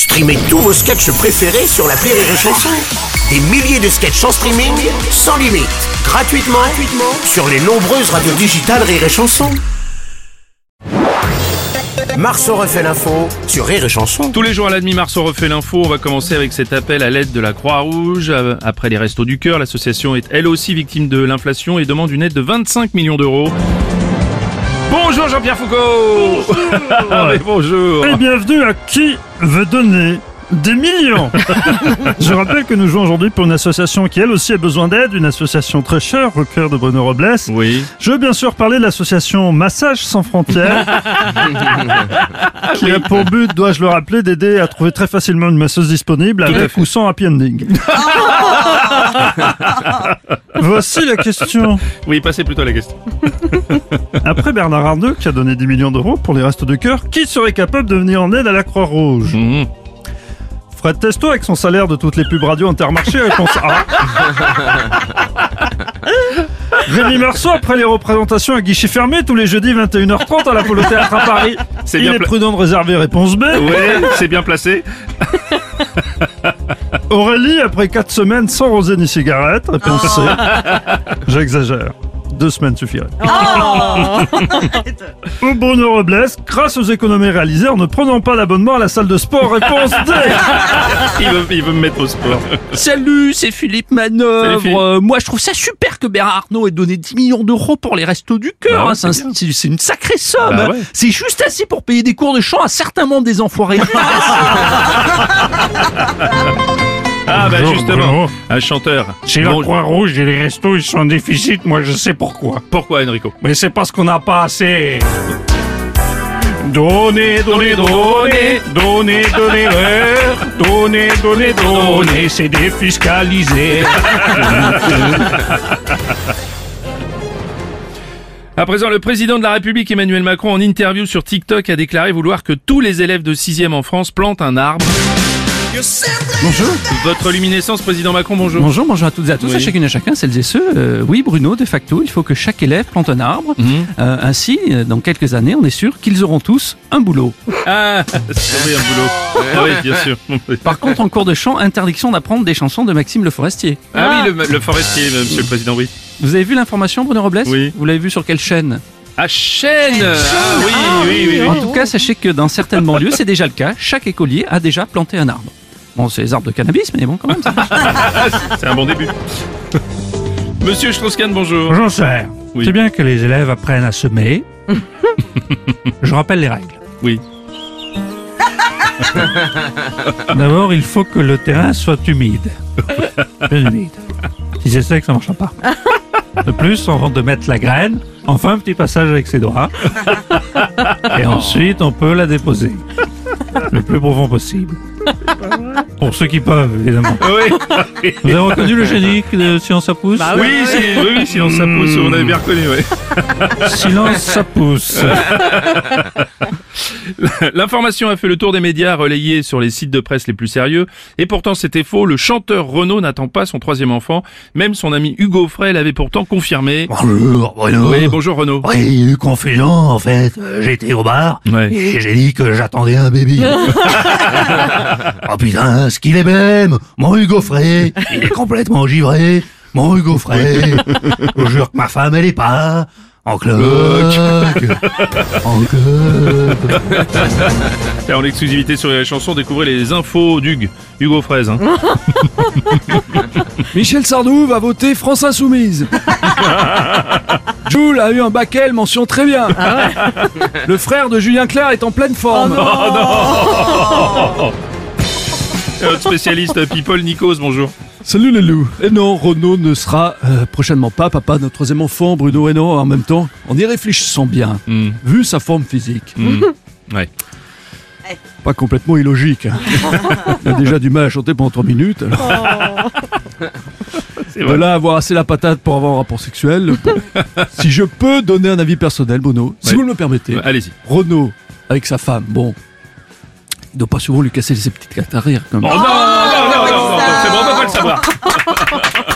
Streamez tous vos sketchs préférés sur l'appli Rire et Chanson. Des milliers de sketchs en streaming, sans limite, gratuitement sur les nombreuses radios digitales Rire et Chanson. Marceau refait l'info sur Rire et Chanson. Tous les jours à la demi, Marceau refait l'info. On va commencer avec cet appel à l'aide de la Croix-Rouge. Après les Restos du Cœur, l'association est elle aussi victime de l'inflation et demande une aide de 25 millions d'euros. Bonjour Jean-Pierre Foucault. Bonjour. Et bienvenue à Qui veut donner des millions. Je rappelle que nous jouons aujourd'hui pour une association qui elle aussi a besoin d'aide, une association très chère au cœur de Bruno Robles. Oui. Je veux bien sûr parler de l'association Massage sans frontières, qui a pour but, dois-je le rappeler, d'aider à trouver très facilement une masseuse disponible avec ou sans happy ending. Voici la question. Oui, passez plutôt à la question. Après Bernard Arnault qui a donné 10 millions d'euros pour les Restos du Cœur, qui serait capable de venir en aide à la Croix-Rouge? Fred Testo avec son salaire de toutes les pubs radio Intermarché, réponse A. Rémi Marceau après les représentations à guichet fermé tous les jeudis 21h30 à l'Apollo Théâtre à Paris. Il est prudent de réserver, réponse B. Oui, c'est bien placé. Aurélie après 4 semaines sans rosée ni cigarette, réponse C. J'exagère. 2 semaines suffiraient. Ou Bruno Robles, grâce aux économies réalisées en ne prenant pas d'abonnement à la salle de sport, réponse D. Il veut me mettre au sport. Salut, c'est Philippe Manœuvre. Moi, je trouve ça super que Bernard Arnault ait donné 10 millions d'euros pour les Restos du Cœur. Bah ouais, c'est une sacrée somme. Bah ouais. C'est juste assez pour payer des cours de chant à certains membres des Enfoirés. Ah bah Bonjour, justement, Bruno. un chanteur. Chez la Croix-Rouge et les restos, ils sont en déficit, moi je sais pourquoi. Pourquoi Enrico? Mais c'est parce qu'on n'a pas assez. Donnez, donnez, donnez, donnez, donnez-leur. Donnez, donnez, donnez, c'est défiscalisé. À présent, le président de la République Emmanuel Macron en interview sur TikTok a déclaré vouloir que tous les élèves de 6e en France plantent un arbre. Bonjour. Votre luminescence, président Macron, bonjour. Bonjour à toutes et à tous, Oui. à chacune et à chacun, celles et ceux. Oui, Bruno, de facto, il faut que chaque élève plante un arbre. Ainsi, dans quelques années, on est sûr qu'ils auront tous un boulot. Ah, c'est oui, un boulot. Ah oui, bien sûr. Par contre, en cours de chant, interdiction d'apprendre des chansons de Maxime Le Forestier. Ah oui, le forestier, monsieur le président, oui. Vous avez vu l'information, Bruno Robles? Oui. Vous l'avez vu sur quelle chaîne? Ah, chaîne. Ah oui. En tout cas, sachez que dans certaines banlieues, c'est déjà le cas. Chaque écolier a déjà planté un arbre. Bon, c'est les arbres de cannabis, mais bon, quand même, ça marche. C'est un bon début. Monsieur Strauss-Kahn, bonjour. Bonjour, cher. Oui. C'est bien que les élèves apprennent à semer. Je rappelle les règles. Oui. D'abord, il faut que le terrain soit humide. Bien humide. Si c'est sec, ça ne marchera pas. De plus, avant de mettre la graine, on fait un petit passage avec ses doigts. Et ensuite, on peut la déposer. Le plus profond possible. Pour ceux qui peuvent, évidemment. Oui. Vous avez reconnu le générique de Silence ça pousse? Oui, silence ça pousse, on avait bien reconnu, oui. Silence ça pousse. L'information a fait le tour des médias relayés sur les sites de presse les plus sérieux. Et pourtant, c'était faux. Le chanteur Renaud n'attend pas son 3e enfant. Même son ami Hugo Frey l'avait pourtant confirmé. Bonjour Bruno. Oui, bonjour Renaud. Oui, il y a eu confusion en fait. J'étais au bar Ouais. et j'ai dit que j'attendais un bébé. Oh putain, ce qu'il est blême. Mon Hugo Frey, il est complètement givré. Mon Hugo Frey. Je vous jure que ma femme elle est pas en cloque. En cloque. Et en exclusivité sur les chansons, découvrez les infos d'Hugues. Hugo Fraise. Hein. Michel Sardou va voter France Insoumise. Jules a eu un bac L, mention très bien. Le frère de Julien Clerc est en pleine forme. Et notre spécialiste People, Nikos, bonjour. Salut les loups. Et non, Renaud ne sera prochainement pas papa de notre 3e enfant, Bruno et non, en même temps. En y réfléchissant bien, vu sa forme physique. Ouais. Pas complètement illogique. Hein. Il a déjà du mal à chanter pendant 3 minutes. Alors. C'est De vrai. là à avoir assez la patate pour avoir un rapport sexuel. Si je peux donner un avis personnel, Bruno, si Ouais. vous me le permettez. Allez-y. Renaud, avec sa femme, bon, il ne doit pas souvent lui casser ses petites cartes arrière. Comme... Oh non, c'est bon, on peut pas le savoir.